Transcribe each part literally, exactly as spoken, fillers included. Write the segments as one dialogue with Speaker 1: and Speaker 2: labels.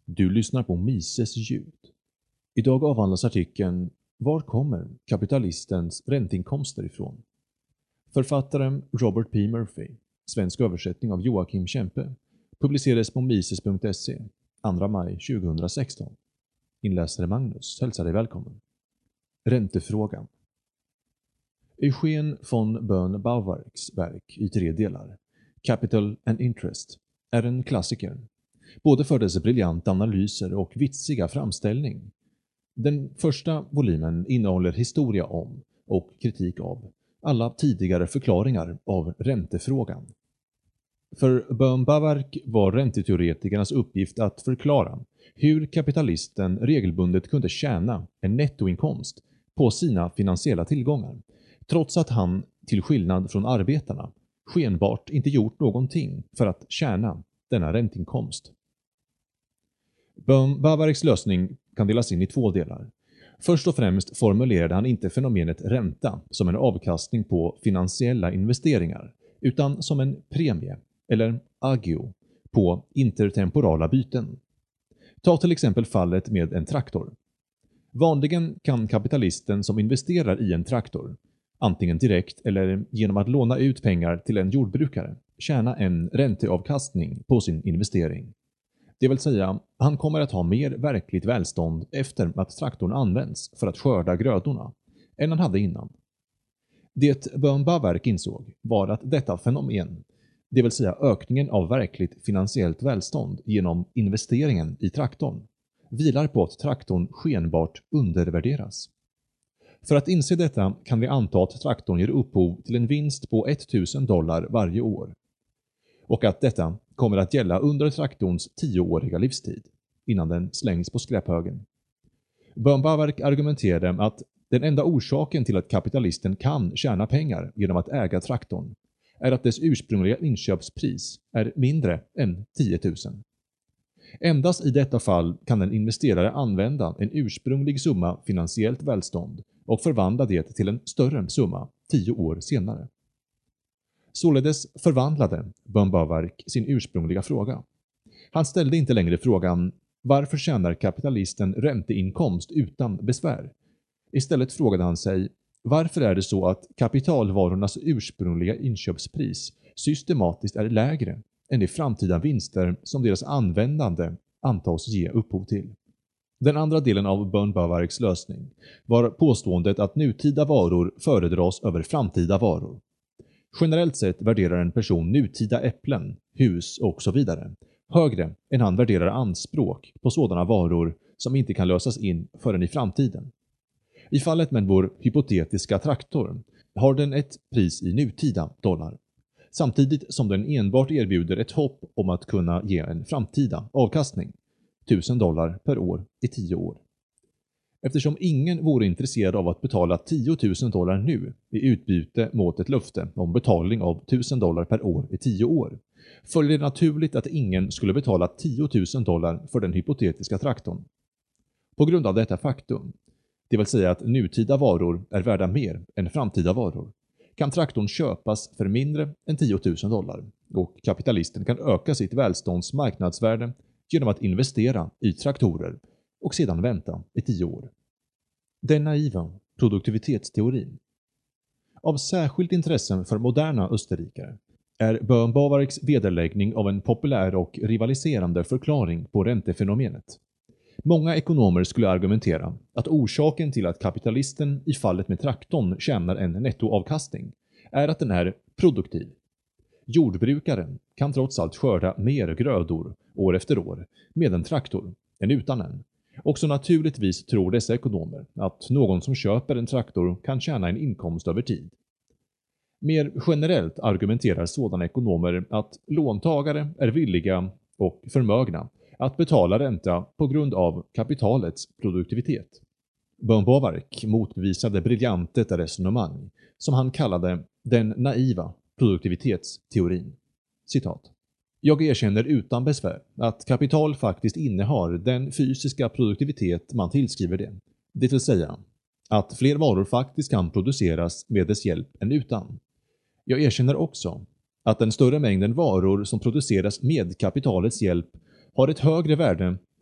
Speaker 1: Du lyssnar på Mises ljud. Idag avhandlas artikeln Var kommer kapitalistens ränteinkomster ifrån? Författaren Robert P. Murphy, svensk översättning av Joakim Kempe, publicerades på mises punkt se andra maj tjugohundrasexton. Inläsare Magnus hälsar dig välkommen. Räntefrågan. Eugen von Böhm-Bawerks verk i tre delar, Capital and Interest, är en klassiker, både för dess briljanta analyser och vitsiga framställning. Den första volymen innehåller historia om och kritik av alla tidigare förklaringar av räntefrågan. För Böhm-Bawerk var ränteteoretikernas uppgift att förklara hur kapitalisten regelbundet kunde tjäna en nettoinkomst på sina finansiella tillgångar, trots att han, till skillnad från arbetarna, skenbart inte gjort någonting för att tjäna denna ränteinkomst. Böhm-Bawerks lösning kan delas in i två delar. Först och främst formulerade han inte fenomenet ränta som en avkastning på finansiella investeringar, utan som en premie, eller agio, på intertemporala byten. Ta till exempel fallet med en traktor. Vanligen kan kapitalisten som investerar i en traktor, antingen direkt eller genom att låna ut pengar till en jordbrukare, tjäna en ränteavkastning på sin investering. Det vill säga, han kommer att ha mer verkligt välstånd efter att traktorn används för att skörda grödorna än han hade innan. Det Böhm-Bawerk insåg var att detta fenomen, det vill säga ökningen av verkligt finansiellt välstånd genom investeringen i traktorn, vilar på att traktorn skenbart undervärderas. För att inse detta kan vi anta att traktorn ger upphov till en vinst på tusen dollar varje år, och att detta kommer att gälla under traktorns tioåriga livstid, innan den slängs på skräphögen. Böhm-Bawerk argumenterade att den enda orsaken till att kapitalisten kan tjäna pengar genom att äga traktorn är att dess ursprungliga inköpspris är mindre än tio tusen. Endast i detta fall kan en investerare använda en ursprunglig summa finansiellt välstånd och förvandla det till en större summa tio år senare. Således förvandlade Böhm-Bawerk sin ursprungliga fråga. Han ställde inte längre frågan varför tjänar kapitalisten ränteinkomst utan besvär. Istället frågade han sig varför är det så att kapitalvarornas ursprungliga inköpspris systematiskt är lägre än de framtida vinster som deras användande antas ge upphov till. Den andra delen av Böhm-Bawerks lösning var påståendet att nutida varor föredras över framtida varor. Generellt sett värderar en person nutida äpplen, hus och så vidare högre än han värderar anspråk på sådana varor som inte kan lösas in förrän i framtiden. I fallet med vår hypotetiska traktor har den ett pris i nutida dollar, samtidigt som den enbart erbjuder ett hopp om att kunna ge en framtida avkastning, tusen dollar per år i tio år. Eftersom ingen vore intresserad av att betala tio tusen dollar nu i utbyte mot ett löfte om betalning av tusen dollar per år i tio år, följer det naturligt att ingen skulle betala tio tusen dollar för den hypotetiska traktorn. På grund av detta faktum, det vill säga att nutida varor är värda mer än framtida varor, kan traktorn köpas för mindre än tio tusen dollar och kapitalisten kan öka sitt välstånds marknadsvärde genom att investera i traktorer och sedan vänta i tio år. Den naiva produktivitetsteorin. Av särskilt intresse för moderna österrikare är Böhm-Bawerks vederläggning av en populär och rivaliserande förklaring på räntefenomenet. Många ekonomer skulle argumentera att orsaken till att kapitalisten i fallet med traktorn tjänar en nettoavkastning är att den är produktiv. Jordbrukaren kan trots allt skörda mer grödor år efter år med en traktor än utan en. Också naturligtvis tror dessa ekonomer att någon som köper en traktor kan tjäna en inkomst över tid. Mer generellt argumenterar sådana ekonomer att låntagare är villiga och förmögna att betala ränta på grund av kapitalets produktivitet. Böhm-Bawerk motbevisade briljant detta resonemang som han kallade den naiva produktivitetsteorin. Citat. Jag erkänner utan besvär att kapital faktiskt innehar den fysiska produktivitet man tillskriver det. Det vill säga att fler varor faktiskt kan produceras med dess hjälp än utan. Jag erkänner också att den större mängden varor som produceras med kapitalets hjälp har ett högre värde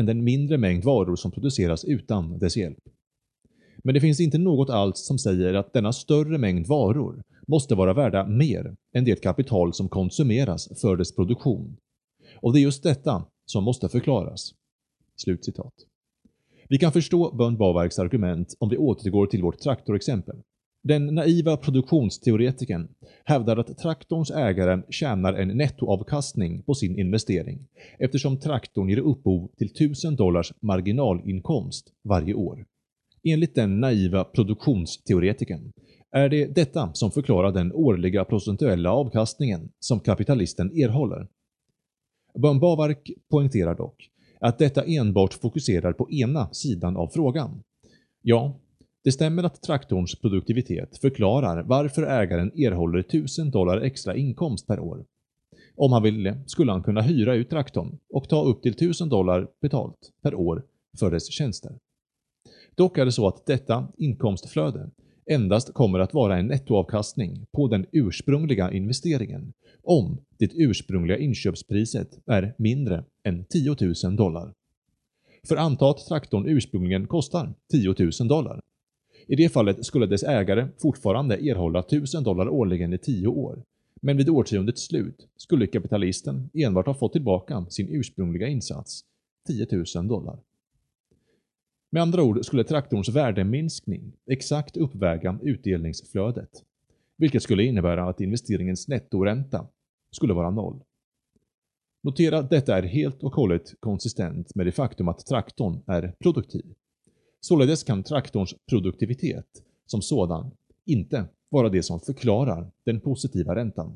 Speaker 1: än den mindre mängd varor som produceras utan dess hjälp. Men det finns inte något alls som säger att denna större mängd varor måste vara värda mer än det kapital som konsumeras för dess produktion. Och det är just detta som måste förklaras." Slutcitat. Vi kan förstå Björn Bawarks argument om vi återgår till vårt traktorexempel. Den naiva produktionsteoretikern hävdar att traktorns ägare tjänar en nettoavkastning på sin investering eftersom traktorn ger upphov till tusen dollars marginalinkomst varje år. Enligt den naiva produktionsteoretikern är det detta som förklarar den årliga procentuella avkastningen som kapitalisten erhåller. Björn Bawark poängterar dock att detta enbart fokuserar på ena sidan av frågan. Ja, det stämmer att traktorns produktivitet förklarar varför ägaren erhåller tusen dollar extra inkomst per år. Om han ville skulle han kunna hyra ut traktorn och ta upp till tusen dollar betalt per år för dess tjänster. Dock är det så att detta inkomstflöde endast kommer att vara en nettoavkastning på den ursprungliga investeringen om det ursprungliga inköpspriset är mindre än tio tusen dollar. För anta att traktorn ursprungligen kostar tio tusen dollar. I det fallet skulle dess ägare fortfarande erhålla tusen dollar årligen i tio år, men vid årtiondets slut skulle kapitalisten enbart ha fått tillbaka sin ursprungliga insats, tio tusen dollar. Med andra ord skulle traktorns värdeminskning exakt uppväga utdelningsflödet, vilket skulle innebära att investeringens nettoränta skulle vara noll. Notera att detta är helt och hållet konsistent med det faktum att traktorn är produktiv. Således kan traktorns produktivitet som sådan inte vara det som förklarar den positiva räntan.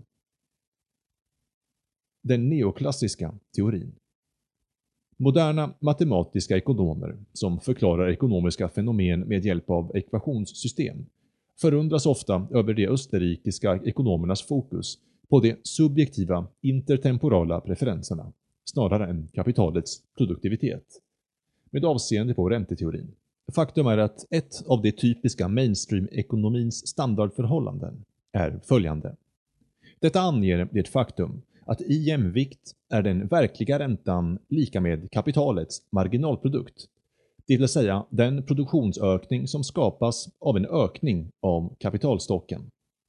Speaker 1: Den neoklassiska teorin. Moderna matematiska ekonomer som förklarar ekonomiska fenomen med hjälp av ekvationssystem förundras ofta över de österrikiska ekonomernas fokus på de subjektiva intertemporala preferenserna snarare än kapitalets produktivitet. Med avseende på ränteteorin. Faktum är att ett av de typiska mainstream-ekonomins standardförhållanden är följande. Detta anger det faktum att i jämvikt är den verkliga räntan lika med kapitalets marginalprodukt, det vill säga den produktionsökning som skapas av en ökning av kapitalstocken.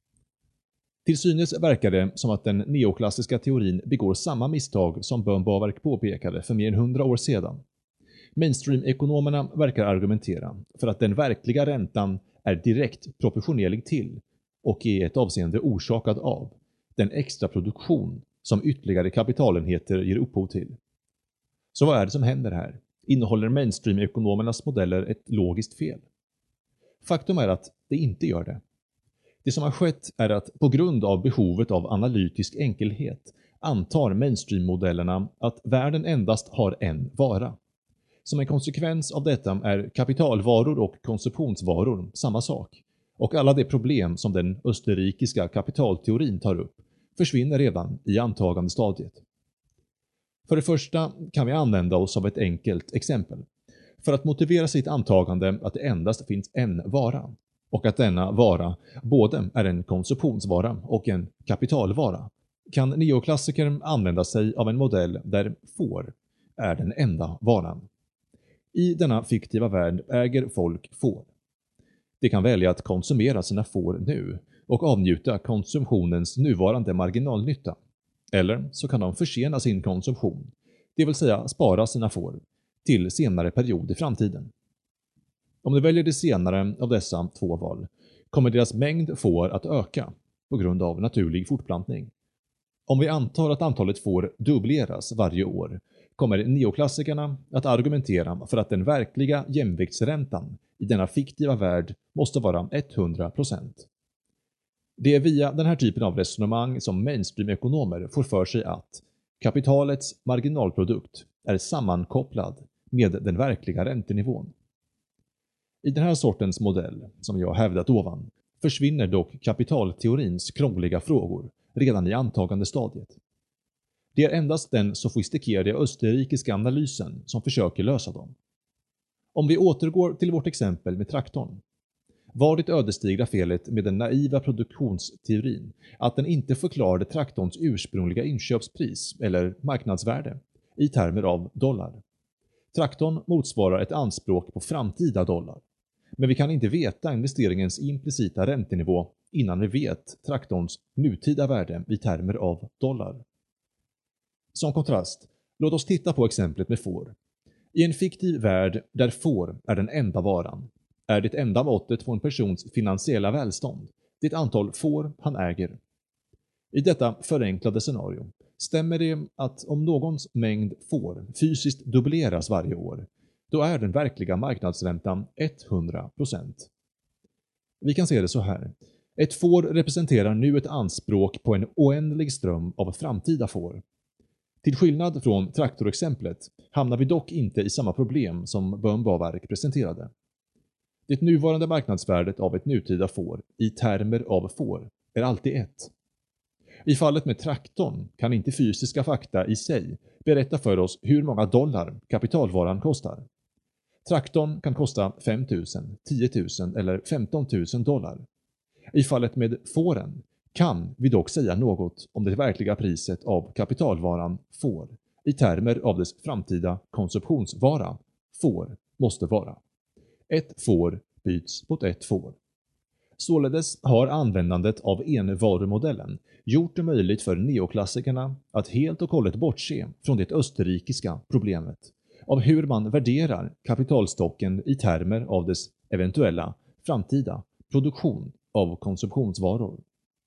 Speaker 1: Till synes verkar det som att den neoklassiska teorin begår samma misstag som Björn Bawark påpekade för mer än hundra år sedan. Mainstream-ekonomerna verkar argumentera för att den verkliga räntan är direkt proportionerlig till och i ett avseende orsakad av den extra produktion som ytterligare kapitalenheter ger upphov till. Så vad är det som händer här? Innehåller mainstream-ekonomernas modeller ett logiskt fel? Faktum är att det inte gör det. Det som har skett är att på grund av behovet av analytisk enkelhet antar mainstream-modellerna att världen endast har en vara. Som en konsekvens av detta är kapitalvaror och konsumtionsvaror samma sak, och alla de problem som den österrikiska kapitalteorin tar upp försvinner redan i antagandestadiet. För det första kan vi använda oss av ett enkelt exempel för att motivera sitt antagande att det endast finns en vara och att denna vara både är en konsumtionsvara och en kapitalvara. Kan neoklassikern använda sig av en modell där får är den enda varan. I denna fiktiva värld äger folk får. De kan välja att konsumera sina får nu och avnjuta konsumtionens nuvarande marginalnytta. Eller så kan de försena sin konsumtion, det vill säga spara sina får, till senare period i framtiden. Om de väljer det senare av dessa två val kommer deras mängd får att öka på grund av naturlig fortplantning. Om vi antar att antalet får dubbleras varje år kommer neoklassikerna att argumentera för att den verkliga jämviktsräntan i denna fiktiva värld måste vara hundra procent. Det är via den här typen av resonemang som mainstream-ekonomer får för sig att kapitalets marginalprodukt är sammankopplad med den verkliga räntenivån. I den här sortens modell, som jag hävdat ovan, försvinner dock kapitalteorins krångliga frågor redan i antagandestadiet. Det är endast den sofistikerade österrikiska analysen som försöker lösa dem. Om vi återgår till vårt exempel med traktorn, var det ödesdigra felet med den naiva produktionsteorin att den inte förklarade traktorns ursprungliga inköpspris eller marknadsvärde i termer av dollar. Traktorn motsvarar ett anspråk på framtida dollar. Men vi kan inte veta investeringens implicita räntenivå innan vi vet traktorns nutida värde i termer av dollar. Som kontrast, låt oss titta på exemplet med får. I en fiktiv värld där får är den enda varan, är det enda måttet på en persons finansiella välstånd det antal får han äger. I detta förenklade scenario stämmer det att om någons mängd får fysiskt dubbleras varje år, då är den verkliga marknadsräntan hundra procent. Vi kan se det så här. Ett får representerar nu ett anspråk på en oändlig ström av framtida får. Till skillnad från traktorexemplet hamnar vi dock inte i samma problem som Böhm Bawerk presenterade. Det nuvarande marknadsvärdet av ett nutida får i termer av får är alltid ett. I fallet med traktorn kan inte fysiska fakta i sig berätta för oss hur många dollar kapitalvaran kostar. Traktorn kan kosta fem tusen, tio tusen eller femton tusen dollar. I fallet med fåren kan vi dock säga något om det verkliga priset av kapitalvaran får i termer av dess framtida konsumtionsvara får måste vara. Ett får byts mot ett får. Således har användandet av envarumodellen gjort det möjligt för neoklassikerna att helt och hållet bortse från det österrikiska problemet av hur man värderar kapitalstocken i termer av dess eventuella framtida produktion av konsumtionsvaror.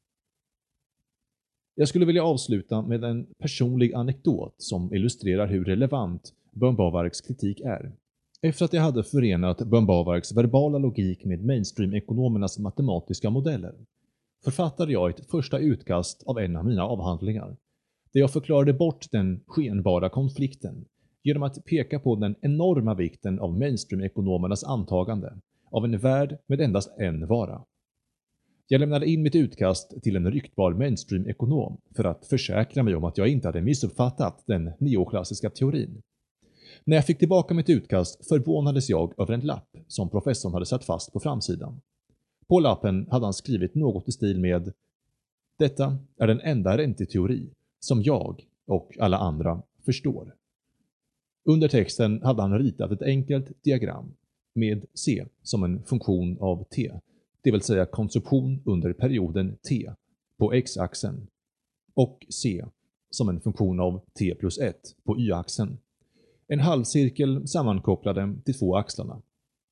Speaker 1: Jag skulle vilja avsluta med en personlig anekdot som illustrerar hur relevant Böhm Bawerks kritik är. Efter att jag hade förenat Böhm Bawerks verbala logik med mainstream-ekonomernas matematiska modeller författade jag ett första utkast av en av mina avhandlingar, där jag förklarade bort den skenbara konflikten genom att peka på den enorma vikten av mainstream-ekonomernas antagande av en värld med endast en vara. Jag lämnade in mitt utkast till en ryktbar mainstream-ekonom för att försäkra mig om att jag inte hade missuppfattat den neoklassiska teorin. När jag fick tillbaka mitt utkast förvånades jag över en lapp som professorn hade satt fast på framsidan. På lappen hade han skrivit något i stil med: "Detta är den enda ränteteori som jag och alla andra förstår." Under texten hade han ritat ett enkelt diagram med C som en funktion av T, det vill säga konsumtion under perioden T på x-axeln, och C som en funktion av T plus ett på y-axeln. En halvcirkel sammankopplade till två axlarna.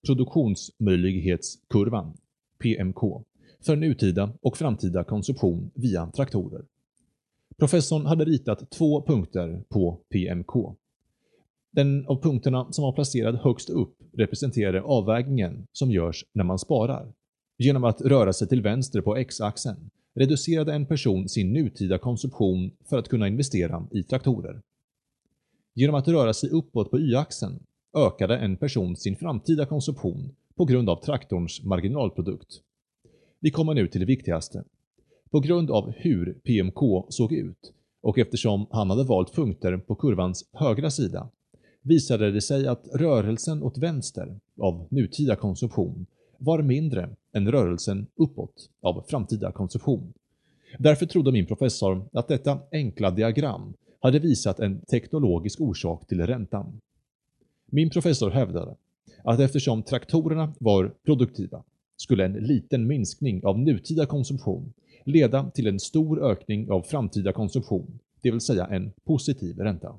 Speaker 1: Produktionsmöjlighetskurvan, P M K, för nutida och framtida konsumtion via traktorer. Professorn hade ritat två punkter på P M K. Den av punkterna som var placerad högst upp representerade avvägningen som görs när man sparar. Genom att röra sig till vänster på x-axeln reducerade en person sin nutida konsumtion för att kunna investera i traktorer. Genom att röra sig uppåt på y-axeln ökade en person sin framtida konsumtion på grund av traktorns marginalprodukt. Vi kommer nu till det viktigaste. På grund av hur P M K såg ut och eftersom han hade valt punkter på kurvans högra sida visade det sig att rörelsen åt vänster av nutida konsumtion var mindre än rörelsen uppåt av framtida konsumtion. Därför trodde min professor att detta enkla diagram hade visat en teknologisk orsak till räntan. Min professor hävdade att eftersom traktorerna var produktiva skulle en liten minskning av nutida konsumtion leda till en stor ökning av framtida konsumtion, det vill säga en positiv ränta.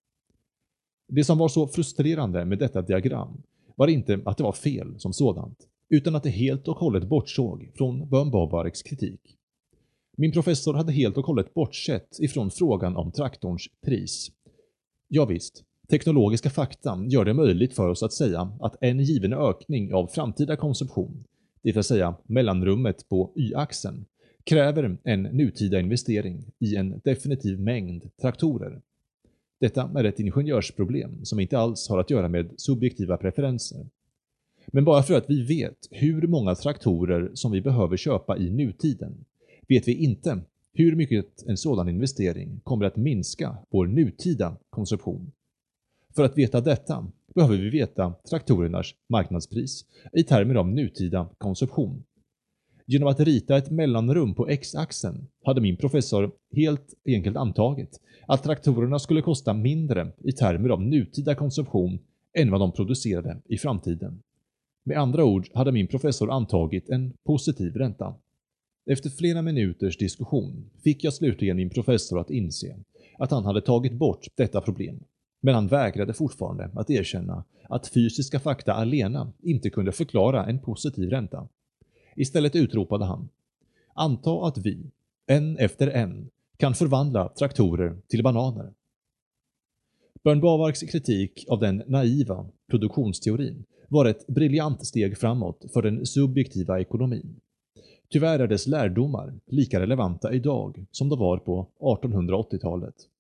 Speaker 1: Det som var så frustrerande med detta diagram var inte att det var fel som sådant, utan att det helt och hållet bortsåg från Böhm Bawerks kritik. Min professor hade helt och hållet bortsett ifrån frågan om traktorns pris. Ja visst, teknologiska fakta gör det möjligt för oss att säga att en given ökning av framtida konsumtion, det vill säga mellanrummet på y-axeln, kräver en nutida investering i en definitiv mängd traktorer. Detta är ett ingenjörsproblem som inte alls har att göra med subjektiva preferenser. Men bara för att vi vet hur många traktorer som vi behöver köpa i nutiden, vet vi inte hur mycket en sådan investering kommer att minska vår nutida konsumtion. För att veta detta behöver vi veta traktorernas marknadspris i termer av nutida konsumtion. Genom att rita ett mellanrum på x-axeln hade min professor helt enkelt antagit att traktorerna skulle kosta mindre i termer av nutida konsumtion än vad de producerade i framtiden. Med andra ord hade min professor antagit en positiv ränta. Efter flera minuters diskussion fick jag slutligen min professor att inse att han hade tagit bort detta problem. Men han vägrade fortfarande att erkänna att fysiska fakta alena inte kunde förklara en positiv ränta. Istället utropade han: anta att vi, en efter en, kan förvandla traktorer till bananer. Bernbavarks kritik av den naiva produktionsteorin var ett briljant steg framåt för den subjektiva ekonomin. Tyvärr är dess lärdomar lika relevanta idag som de var på artonhundraåttiotalet.